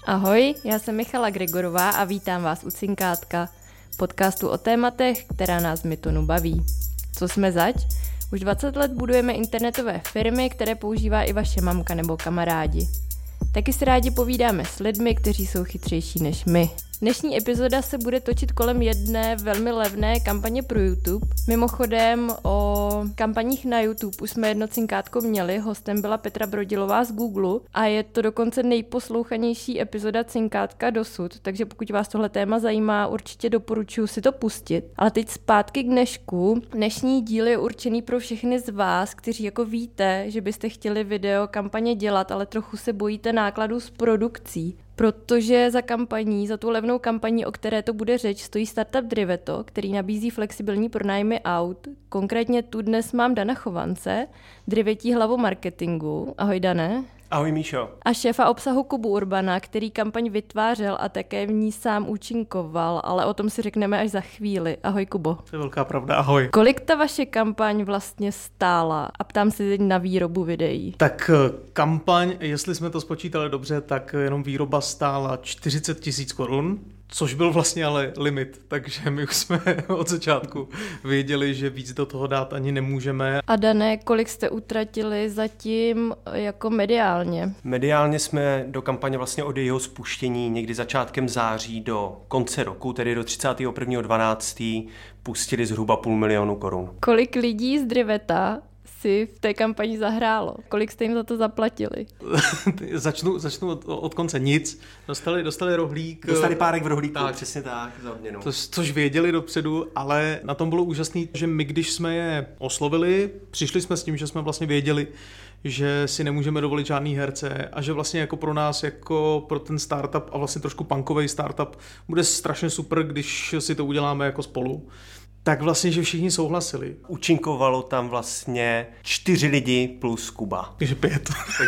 Ahoj, já jsem Michala Gregorová a vítám vás u Cinkátka, podcastu o tématech, která nás v Mytonu baví. Co jsme zač? Už 20 let budujeme internetové firmy, které používá i vaše mamka nebo kamarádi. Taky si rádi povídáme s lidmi, kteří jsou chytřejší než my. Dnešní epizoda se bude točit kolem jedné velmi levné kampaně pro YouTube. Mimochodem o kampaních na YouTube už jsme jedno cinkátko měli, hostem byla Petra Brodilová z Google a je to dokonce nejposlouchanější epizoda cinkátka dosud, takže pokud vás tohle téma zajímá, určitě doporučuji si to pustit. Ale teď zpátky k dnešku. Dnešní díl je určený pro všechny z vás, kteří jako víte, že byste chtěli video kampaně dělat, ale trochu se bojíte nákladů s produkcí. Protože za tu levnou kampaní, o které to bude řeč, stojí startup Driveto, který nabízí flexibilní pronájmy aut. Konkrétně tu dnes mám Dana Chovance, Drivetí hlavu marketingu. Ahoj Dane. Ahoj Míšo. A šéfa obsahu Kubu Urbana, který kampaň vytvářel a také v ní sám účinkoval, ale o tom si řekneme až za chvíli. Ahoj Kubo. To je velká pravda, ahoj. Kolik ta vaše kampaň vlastně stála? A ptám se teď na výrobu videí. Tak kampaň, jestli jsme to spočítali dobře, tak jenom výroba stála 40 000 korun, což byl vlastně ale limit, takže my už jsme od začátku věděli, že víc do toho dát ani nemůžeme. A Dané, kolik jste utratili zatím jako mediálně? Mediálně jsme do kampaně vlastně od jejího spuštění někdy začátkem září do konce roku, tedy do 31.12. pustili zhruba 500 000 korun. Kolik lidí z Driveta si v té kampani zahrálo? Kolik jste jim za to zaplatili? Začnu od konce. Nic. Dostali rohlík. Dostali párek v rohlíku, tak, přesně tak, za odměnu. Což věděli dopředu, ale na tom bylo úžasné, že my, když jsme je oslovili, přišli jsme s tím, že jsme vlastně věděli, že si nemůžeme dovolit žádný herce a že vlastně jako pro nás, jako pro ten startup a vlastně trošku punkovej startup bude strašně super, když si to uděláme jako spolu. Tak vlastně, že všichni souhlasili. Účinkovalo tam vlastně 4 lidi plus Kuba. Takže 5.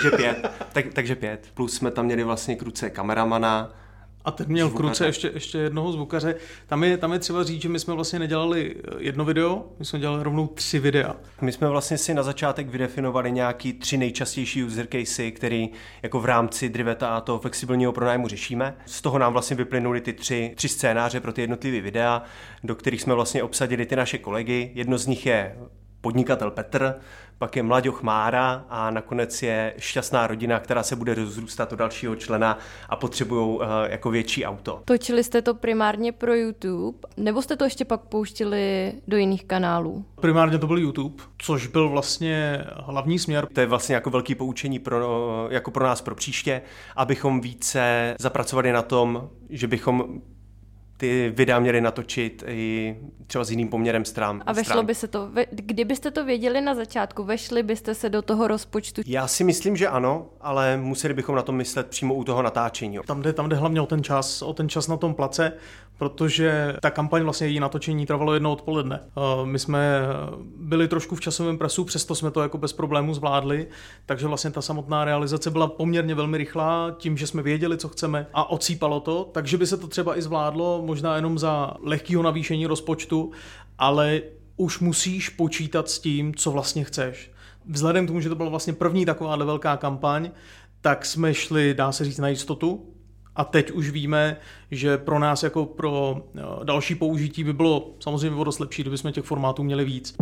Takže 5. Plus jsme tam měli vlastně kruce kameramana. A ten měl v kruce ještě jednoho zvukaře. Tam je třeba říct, že my jsme vlastně nedělali jedno video, my jsme dělali rovnou 3 videa. My jsme vlastně si na začátek vydefinovali nějaký 3 nejčastější user casey, který jako v rámci Driveta a toho flexibilního pronájmu řešíme. Z toho nám vlastně vyplynuly ty 3 scénáře pro ty jednotlivé videa, do kterých jsme vlastně obsadili ty naše kolegy. Jedno z nich je podnikatel Petr, pak je Mlaďoch Mára a nakonec je šťastná rodina, která se bude rozrůstat do dalšího člena a potřebují jako větší auto. Točili jste to primárně pro YouTube, nebo jste to ještě pak pouštili do jiných kanálů? Primárně to byl YouTube, což byl vlastně hlavní směr. To je vlastně jako velký poučení pro nás pro příště, abychom více zapracovali na tom, že bychom ty videa měli natočit i třeba s jiným poměrem stran. A vešlo by se to, kdybyste to věděli na začátku, vešli byste se do toho rozpočtu? Já si myslím, že ano, ale museli bychom na tom myslet přímo u toho natáčení. Tam jde hlavně o ten čas na tom place, protože ta kampaň vlastně její natočení trvalo 1 odpoledne. My jsme byli trošku v časovém presu, přesto jsme to jako bez problémů zvládli, takže vlastně ta samotná realizace byla poměrně velmi rychlá, tím, že jsme věděli, co chceme a odsýpalo to, takže by se to třeba i zvládlo, možná jenom za lehkého navýšení rozpočtu, ale už musíš počítat s tím, co vlastně chceš. Vzhledem k tomu, že to byla vlastně první takováhle velká kampaň, tak jsme šli, dá se říct, na jistotu. A teď už víme, že pro nás jako pro další použití by bylo samozřejmě dost lepší, kdybychom těch formátů měli víc.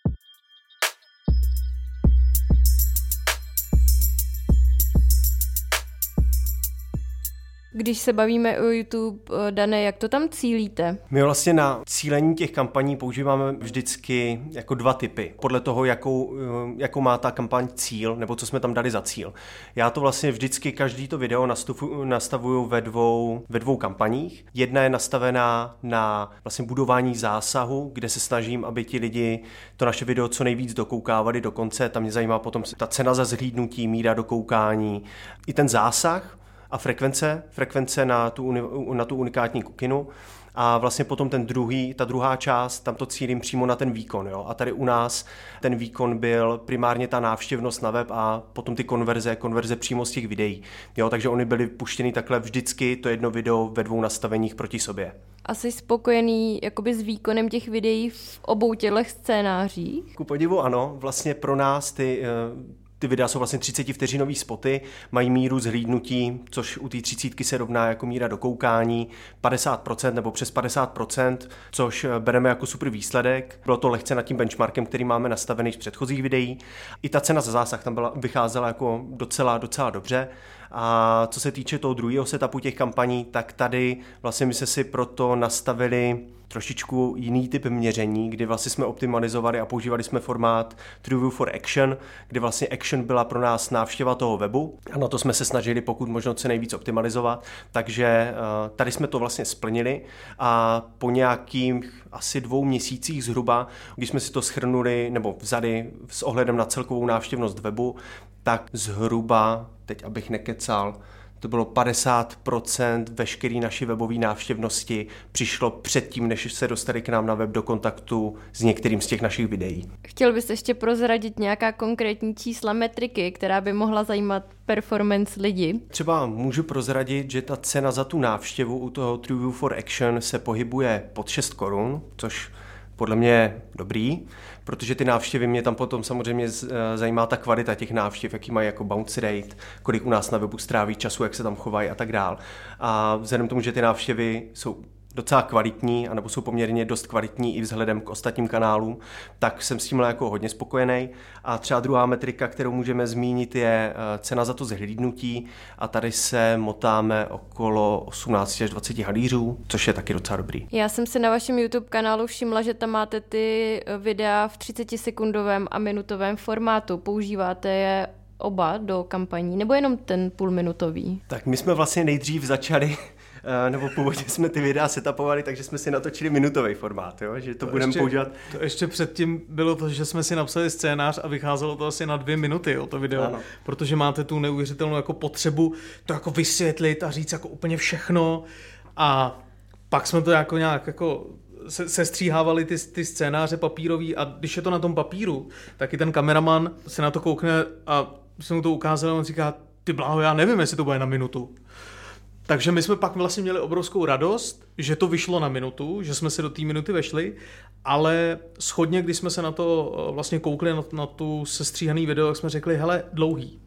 Když se bavíme o YouTube, Dane, jak to tam cílíte? My vlastně na cílení těch kampaní používáme vždycky jako 2 typy. Podle toho, jakou má ta kampaň cíl, nebo co jsme tam dali za cíl. Já to vlastně vždycky každý to video nastavuju ve dvou kampaních. Jedna je nastavená na vlastně budování zásahu, kde se snažím, aby ti lidi to naše video co nejvíc dokoukávali do konce. Tam mě zajímá potom ta cena za zhlídnutí, míra dokoukání, i ten zásah a frekvence na tu unikátní kukinu. A vlastně potom ta druhá část, tam to cílím přímo na ten výkon. Jo? A tady u nás ten výkon byl primárně ta návštěvnost na web a potom ty konverze přímo z těch videí. Jo? Takže oni byly puštěny takhle vždycky to jedno video ve 2 nastaveních proti sobě. Asi spokojený jakoby s výkonem těch videí v obou těchto scénářích? Ku podivu ano, vlastně pro nás Ty videa jsou vlastně 30 vteřinový spoty, mají míru zhlídnutí, což u té 30 se rovná jako míra dokoukání, 50% nebo přes 50%, což bereme jako super výsledek. Bylo to lehce nad tím benchmarkem, který máme nastavený z předchozích videí. I ta cena za zásah tam vycházela jako docela dobře. A co se týče toho druhého setupu těch kampaní, tak tady vlastně my jsme si proto nastavili trošičku jiný typ měření, kdy vlastně jsme optimalizovali a používali jsme formát TrueView for Action, kdy vlastně Action byla pro nás návštěva toho webu a na to jsme se snažili pokud možno co nejvíc optimalizovat, takže tady jsme to vlastně splnili a po nějakých asi 2 měsících zhruba, když jsme si to shrnuli nebo vzali s ohledem na celkovou návštěvnost webu, tak zhruba, teď abych nekecal, to bylo 50% veškeré naší webové návštěvnosti přišlo předtím, než se dostali k nám na web do kontaktu s některým z těch našich videí. Chtěl bys ještě prozradit nějaká konkrétní čísla, metriky, která by mohla zajímat performance lidí? Třeba můžu prozradit, že ta cena za tu návštěvu u toho TrueView for Action se pohybuje pod 6 korun, což podle mě je dobrý, protože ty návštěvy mě tam potom samozřejmě zajímá ta kvalita těch návštěv, jaký mají jako bounce rate, kolik u nás na webu stráví času, jak se tam chovají a tak dál. A vzhledem k tomu, že ty návštěvy jsou docela kvalitní, anebo jsou poměrně dost kvalitní i vzhledem k ostatním kanálům, tak jsem s tímhle jako hodně spokojený. A třeba druhá metrika, kterou můžeme zmínit, je cena za to zhlídnutí a tady se motáme okolo 18 až 20 halířů, což je taky docela dobrý. Já jsem si na vašem YouTube kanálu všimla, že tam máte ty videa v 30sekundovém a minutovém formátu. Používáte je oba do kampaní, nebo jenom ten půlminutový? Tak my jsme vlastně nejdřív začali nebo původně jsme ty videa setupovali, takže jsme si natočili minutový formát, jo? Že to budeme používat. To ještě předtím bylo to, že jsme si napsali scénář a vycházelo to asi na 2 minuty, jo, to video, ano. Protože máte tu neuvěřitelnou jako potřebu to jako vysvětlit a říct jako úplně všechno a pak jsme to jako nějak jako sestříhávali ty scénáře papírový a když je to na tom papíru, tak i ten kameraman se na to koukne a jsme mu to ukázali a on říká, ty bláho, já nevím, jestli to bude na minutu. Takže my jsme pak vlastně měli obrovskou radost, že to vyšlo na minutu, že jsme se do té minuty vešli, ale shodně, když jsme se na to vlastně koukli, na tu sestříhaný video, tak jsme řekli, hele, dlouhý.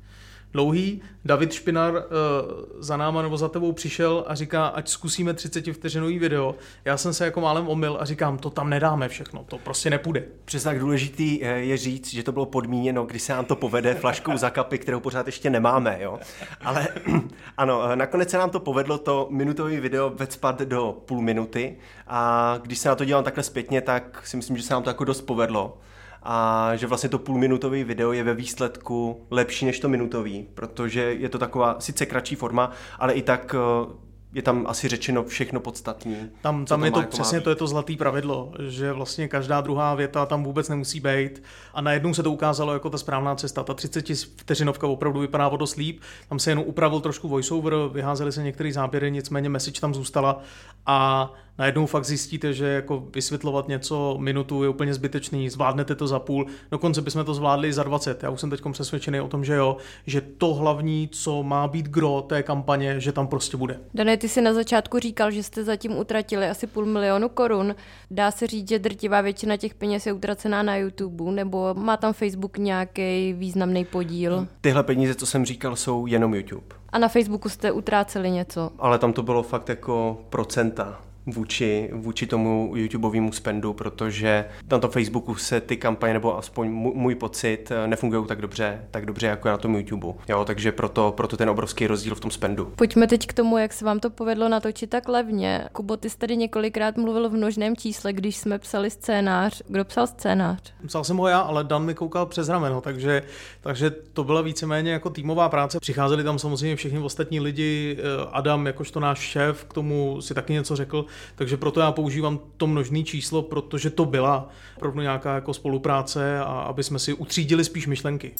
David Špinar za náma nebo za tebou přišel a říká, ať zkusíme 30 vteřinový video. Já jsem se jako málem omyl a říkám, to tam nedáme všechno, to prostě nepůjde. Přesně tak důležitý je říct, že to bylo podmíněno, když se nám to povede flaškou za kapy, kterou pořád ještě nemáme, jo. Ale ano, nakonec se nám to povedlo, to minutový video vecpat do půl minuty a když se na to dělám takhle zpětně, tak si myslím, že se nám to jako dost povedlo. A že vlastně to půlminutový video je ve výsledku lepší než to minutový, protože je to taková sice kratší forma, ale i tak je tam asi řečeno všechno podstatné. Tam je to jako přesně, to je to zlatý pravidlo, že vlastně každá druhá věta tam vůbec nemusí být a najednou se to ukázalo jako ta správná cesta. Ta 30 vteřinovka opravdu vypadá o dost líp, tam se jenom upravil trošku voiceover, vyházely se některé záběry, nicméně message tam zůstala a najednou fakt zjistíte, že jako vysvětlovat něco minutu je úplně zbytečný, zvládnete to za půl, dokonce bychom to zvládli za 20. Já už jsem teď přesvědčený o tom, že jo, že to hlavní, co má být gro té kampaně, že tam prostě bude. Dané, ty jsi na začátku říkal, že jste zatím utratili asi 500 000 korun. Dá se říct, že drtivá většina těch peněz je utracená na YouTube, nebo má tam Facebook nějaký významný podíl? Tyhle peníze, co jsem říkal, jsou jenom YouTube. A na Facebooku jste utráceli něco? Ale tam to bylo fakt jako procenta vůči tomu YouTubeovému spendu, protože na tom Facebooku se ty kampaně, nebo aspoň můj pocit, nefungují tak dobře jako na tom YouTube. Jo, takže proto ten obrovský rozdíl v tom spendu. Pojďme teď k tomu, jak se vám to povedlo natočit tak levně. Kubo, ty jsi tady několikrát mluvil v množném čísle, když jsme psali scénář. Kdo psal scénář? Psal jsem ho já, ale Dan mi koukal přes rameno, takže to byla víceméně jako týmová práce. Přicházeli tam samozřejmě všichni ostatní lidi, Adam jakožto náš šéf, k tomu si taky něco řekl. Takže proto já používám to množné číslo, protože to byla opravdu nějaká jako spolupráce a aby jsme si utřídili spíš myšlenky.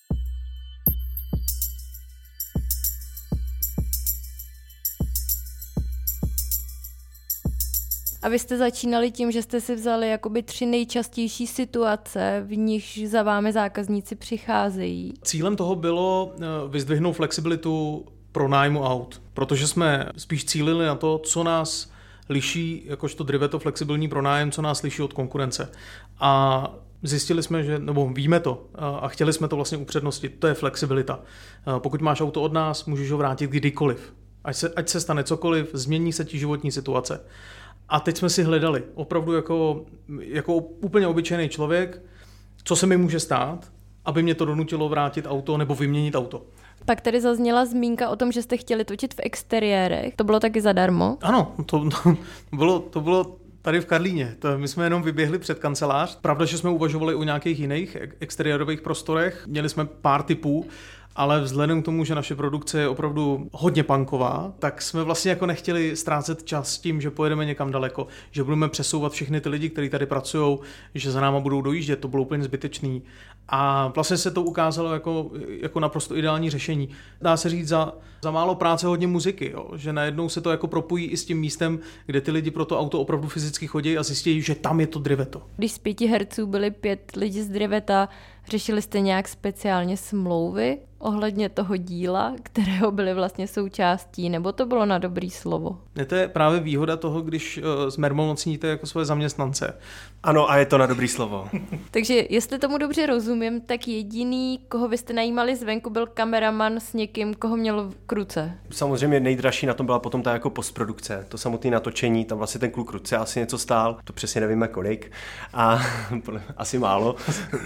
A vy jste začínali tím, že jste si vzali jakoby 3 nejčastější situace, v nichž za vámi zákazníci přicházejí. Cílem toho bylo vyzdvihnout flexibilitu pronájmu aut, protože jsme spíš cílili na to, co nás liší, jakožto Driveto flexibilní pronájem, co nás liší od konkurence. A zjistili jsme, že, nebo víme to a chtěli jsme to vlastně upřednostit, to je flexibilita. Pokud máš auto od nás, můžeš ho vrátit kdykoliv. Ať se stane cokoliv, změní se ti životní situace. A teď jsme si hledali, opravdu jako úplně obyčejný člověk, co se mi může stát, aby mě to donutilo vrátit auto nebo vyměnit auto. Pak tady zazněla zmínka o tom, že jste chtěli točit v exteriérech. To bylo taky zadarmo? Ano, to bylo tady v Karlíně. My jsme jenom vyběhli před kancelář. Pravda, že jsme uvažovali o nějakých jiných exteriérových prostorech. Měli jsme pár typů, ale vzhledem k tomu, že naše produkce je opravdu hodně punková, tak jsme vlastně jako nechtěli ztrácet čas tím, že pojedeme někam daleko, že budeme přesouvat všechny ty lidi, kteří tady pracují, že za náma budou dojíždět, to bylo úplně zbytečný. A vlastně se to ukázalo jako naprosto ideální řešení. Dá se říct za málo práce hodně muziky, jo? Že najednou se to jako propojí i s tím místem, kde ty lidi pro to auto opravdu fyzicky chodí a zjistí, že tam je to driveto. Když z 5 herců byli 5 lidí z driveta, řešili jste nějak speciálně smlouvy ohledně toho díla, kterého byly vlastně součástí, nebo to bylo na dobrý slovo? To je právě výhoda toho, když zmermomocníte jako svoje zaměstnance. Ano, a je to na dobrý slovo. Takže jestli tomu dobře rozumím, tak jediný, koho vy jste najímali zvenku, byl kameraman s někým, koho měl k ruce. Samozřejmě nejdražší na tom byla potom ta jako postprodukce, to samotné natočení, tam vlastně ten kluk ruce asi něco stál, to přesně nevíme kolik, a asi málo.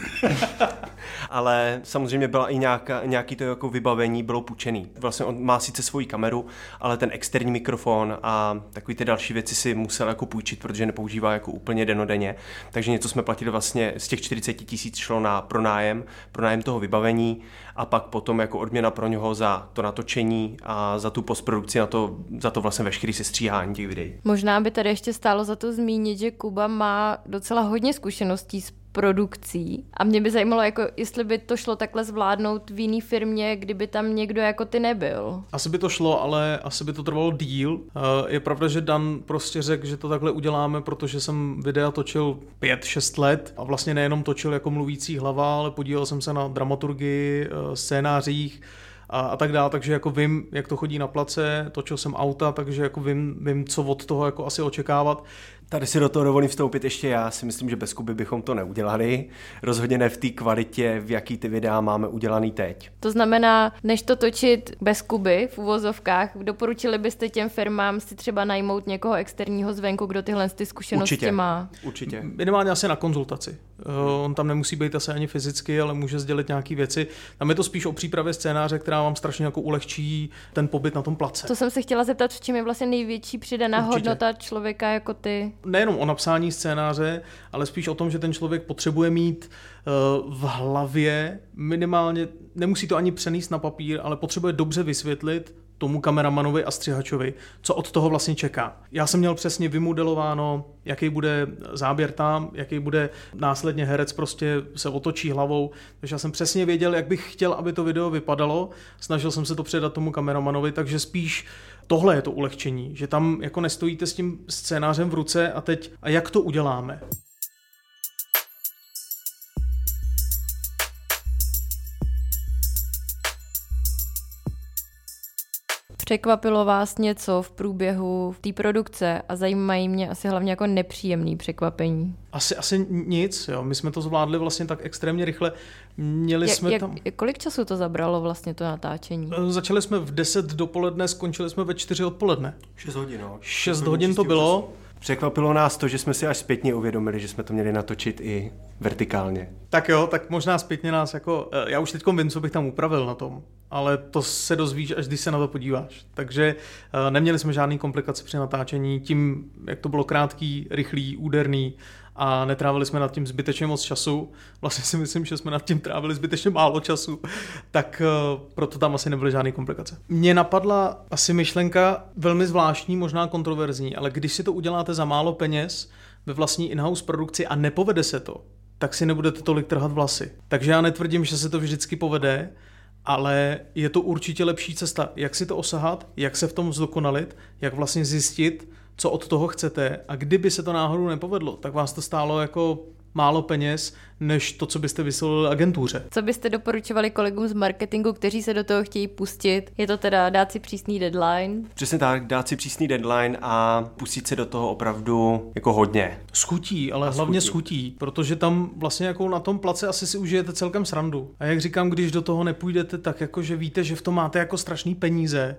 Ale samozřejmě byla i nějaký to jako vybavení bylo půjčený. Vlastně on má sice svoji kameru, ale ten externí mikrofon a takový ty další věci si musel jako půjčit, protože nepoužívá jako úplně dennodenně. Takže něco jsme platili vlastně z těch 40 000 šlo na pronájem toho vybavení a pak potom jako odměna pro něho za to natočení a za tu postprodukci, za to vlastně veškerý sestříhání těch videí. Možná by tady ještě stálo za to zmínit, že Kuba má docela hodně zkušeností s produkcí a mě by zajímalo, jako jestli by to šlo takhle zvládnout v jiný firmě, kdyby tam někdo jako ty nebyl. Asi by to šlo, ale asi by to trvalo díl. Je pravda, že Dan prostě řekl, že to takhle uděláme, protože jsem videa točil 5-6 let a vlastně nejenom točil jako mluvící hlava, ale podílel jsem se na dramaturgii, scénářích a tak dále, takže jako vím, jak to chodí na place, točil jsem auta, takže jako vím, co od toho jako asi očekávat. Tady si do toho dovolím vstoupit ještě já, si myslím, že bez Kuby bychom to neudělali. Rozhodně ne v té kvalitě, v jaký ty videa máme udělaný teď. To znamená, než to točit bez Kuby v uvozovkách, doporučili byste těm firmám si třeba najmout někoho externího zvenku, kdo tyhle ty zkušenosti má? Určitě. Minimálně asi na konzultaci. On tam nemusí být asi ani fyzicky, ale může sdělit nějaké věci. Tam je to spíš o přípravě scénáře, která vám strašně jako ulehčí ten pobyt na tom place. To jsem se chtěla zeptat, v čem je vlastně největší přidaná hodnota člověka jako ty? Nejenom o napsání scénáře, ale spíš o tom, že ten člověk potřebuje mít v hlavě minimálně, nemusí to ani přenést na papír, ale potřebuje dobře vysvětlit tomu kameramanovi a střihačovi, co od toho vlastně čeká. Já jsem měl přesně vymodelováno, jaký bude záběr tam, jaký bude následně herec prostě se otočí hlavou, takže já jsem přesně věděl, jak bych chtěl, aby to video vypadalo, snažil jsem se to předat tomu kameramanovi, takže spíš tohle je to ulehčení, že tam jako nestojíte s tím scénářem v ruce a jak to uděláme. Překvapilo vás něco v průběhu té produkce a zajímají mě asi hlavně jako nepříjemný překvapení? Asi nic, jo. My jsme to zvládli vlastně tak extrémně rychle. Kolik času to zabralo vlastně to natáčení? Začali jsme v 10 dopoledne, skončili jsme ve 4 odpoledne. 6 hodin, no. 6 hodin to bylo. Překvapilo nás to, že jsme si až zpětně uvědomili, že jsme to měli natočit i vertikálně. Tak jo, tak možná zpětně nás jako, já už teďkom vím, co bych tam upravil na tom, ale to se dozvíš, až když se na to podíváš. Takže neměli jsme žádný komplikace při natáčení, tím, jak to bylo krátký, rychlý, úderný a netrávili jsme nad tím zbytečně moc času. Vlastně si myslím, že jsme nad tím trávili zbytečně málo času, tak proto tam asi nebyly žádné komplikace. Mně napadla asi myšlenka velmi zvláštní, možná kontroverzní, ale když si to uděláte za málo peněz ve vlastní in-house produkci a nepovede se to, tak si nebudete tolik trhat vlasy. Takže já netvrdím, že se to vždycky povede, ale je to určitě lepší cesta, jak si to osahat, jak se v tom zdokonalit, jak vlastně zjistit, co od toho chcete a kdyby se to náhodou nepovedlo, tak vás to stálo jako málo peněz, než to, co byste vysvětlili agentuře. Co byste doporučovali kolegům z marketingu, kteří se do toho chtějí pustit? Je to teda dát si přísný deadline? Přesně tak, dát si přísný deadline a pustit se do toho opravdu jako hodně. S chutí, ale hlavně s chutí, protože tam vlastně jako na tom place asi si užijete celkem srandu. A jak říkám, když do toho nepůjdete, tak jako, že víte, že v tom máte jako strašný peníze,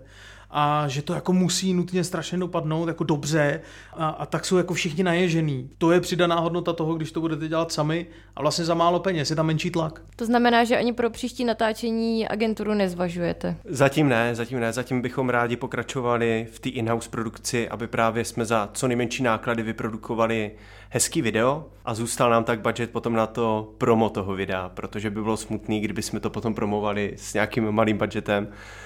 a že to jako musí nutně strašně dopadnout jako dobře a tak jsou jako všichni naježený. To je přidaná hodnota toho, když to budete dělat sami a vlastně za málo peněz, je tam menší tlak. To znamená, že ani pro příští natáčení agenturu nezvažujete? Zatím ne, zatím bychom rádi pokračovali v té in-house produkci, aby právě jsme za co nejmenší náklady vyprodukovali hezký video a zůstal nám tak budget potom na to promo toho videa, protože by bylo smutný, kdyby jsme to potom promovali s nějakým malým budgetem.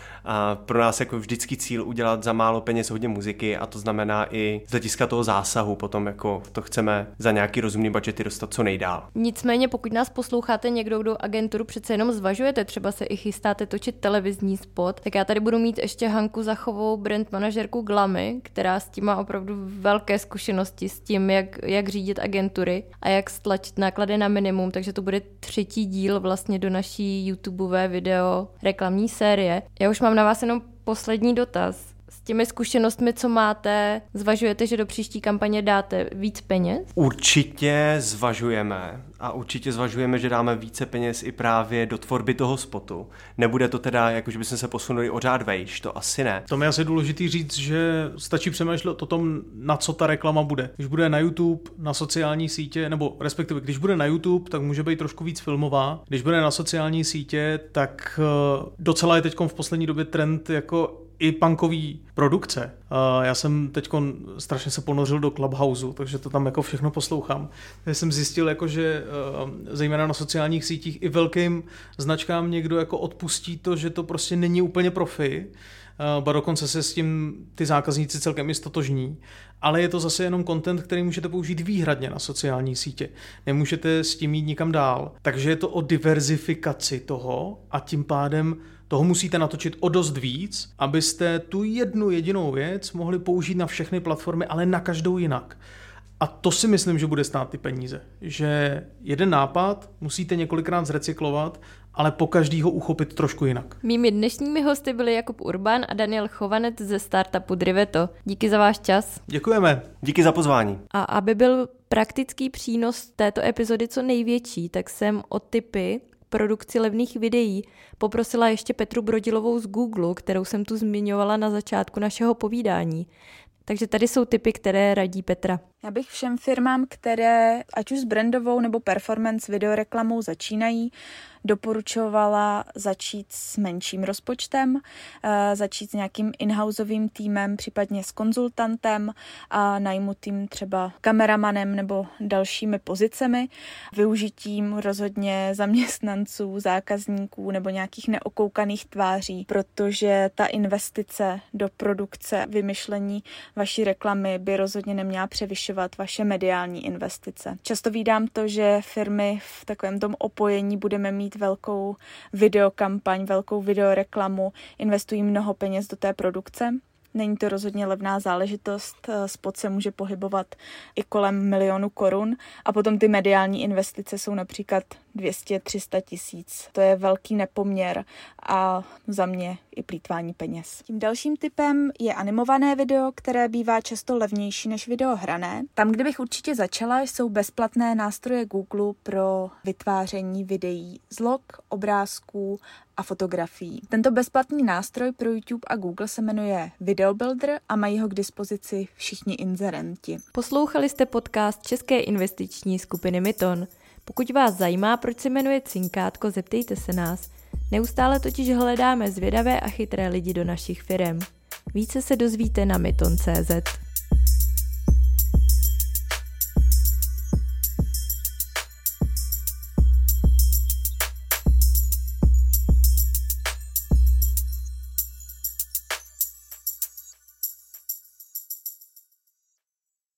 A pro nás jako vždycky cíl udělat za málo peněz hodně muziky a to znamená i z hlediska toho zásahu potom jako to chceme za nějaký rozumný budgety dostat co nejdál. Nicméně pokud nás posloucháte někdo, kdo agenturu přece jenom zvažujete, třeba se i chystáte točit televizní spot, tak já tady budu mít ještě Hanku Zachovou, brand manažerku Glamy, která s tím má opravdu velké zkušenosti s tím, jak řídit agentury a jak stlačit náklady na minimum, takže to bude 3. díl vlastně do naší YouTubeové video reklamní série. Já už mám na vás jenom poslední dotaz. S těmi zkušenostmi, co máte, zvažujete, že do příští kampaně dáte víc peněz? Určitě zvažujeme a určitě zvažujeme, že dáme více peněz i právě do tvorby toho spotu. Nebude to teda, jako že bychom se posunuli o řád vejš, to asi ne. To je asi důležitý říct, že stačí přemýšlet o tom, na co ta reklama bude. Když bude na YouTube, na sociální sítě, nebo respektive když bude na YouTube, tak může být trošku víc filmová. Když bude na sociální sítě, tak docela je teďkom v poslední době trend jako i punkový produkce. Já jsem teďko strašně se ponořil do Clubhouseu, takže to tam jako všechno poslouchám. Já jsem zjistil, jako, že zejména na sociálních sítích i velkým značkám někdo jako odpustí to, že to prostě není úplně profi, ba dokonce se s tím ty zákazníci celkem i stotožní, ale je to zase jenom content, který můžete použít výhradně na sociální sítě. Nemůžete s tím jít nikam dál. Takže je to o diverzifikaci toho a tím pádem toho musíte natočit o dost víc, abyste tu jednu jedinou věc mohli použít na všechny platformy, ale na každou jinak. A to si myslím, že bude stát ty peníze. Že jeden nápad musíte několikrát zrecyklovat, ale po každý ho uchopit trošku jinak. Mými dnešními hosty byli Jakub Urban a Daniel Chovanec ze startupu Driveto. Díky za váš čas. Děkujeme. Díky za pozvání. A aby byl praktický přínos této epizody co největší, tak jsem o tipy produkci levných videí poprosila ještě Petru Brodilovou z Google, kterou jsem tu zmiňovala na začátku našeho povídání. Takže tady jsou tipy, které radí Petra. Já bych všem firmám, které ať už s brandovou nebo performance videoreklamou začínají, doporučovala začít s menším rozpočtem, začít s nějakým in-houseovým týmem, případně s konzultantem a najmutým třeba kameramanem nebo dalšími pozicemi, využitím rozhodně zaměstnanců, zákazníků nebo nějakých neokoukaných tváří, protože ta investice do produkce, vymyšlení vaší reklamy by rozhodně neměla převyšovat vaše mediální investice. Často vídám to, že firmy v takovém tom opojení budeme mít velkou videokampaň, velkou videoreklamu, investují mnoho peněz do té produkce. Není to rozhodně levná záležitost, spot se může pohybovat i kolem 1 000 000 korun a potom ty mediální investice jsou například 200-300 tisíc. To je velký nepoměr a za mě i plýtvání peněz. Tím dalším typem je animované video, které bývá často levnější než video hrané. Tam, kde bych určitě začala, jsou bezplatné nástroje Google pro vytváření videí z log, obrázků a fotografií. Tento bezplatný nástroj pro YouTube a Google se jmenuje Video Builder a mají ho k dispozici všichni inzerenti. Poslouchali jste podcast české investiční skupiny Myton. Pokud vás zajímá, proč se jmenuje Cinkátko, zeptejte se nás. Neustále totiž hledáme zvědavé a chytré lidi do našich firem. Více se dozvíte na myton.cz.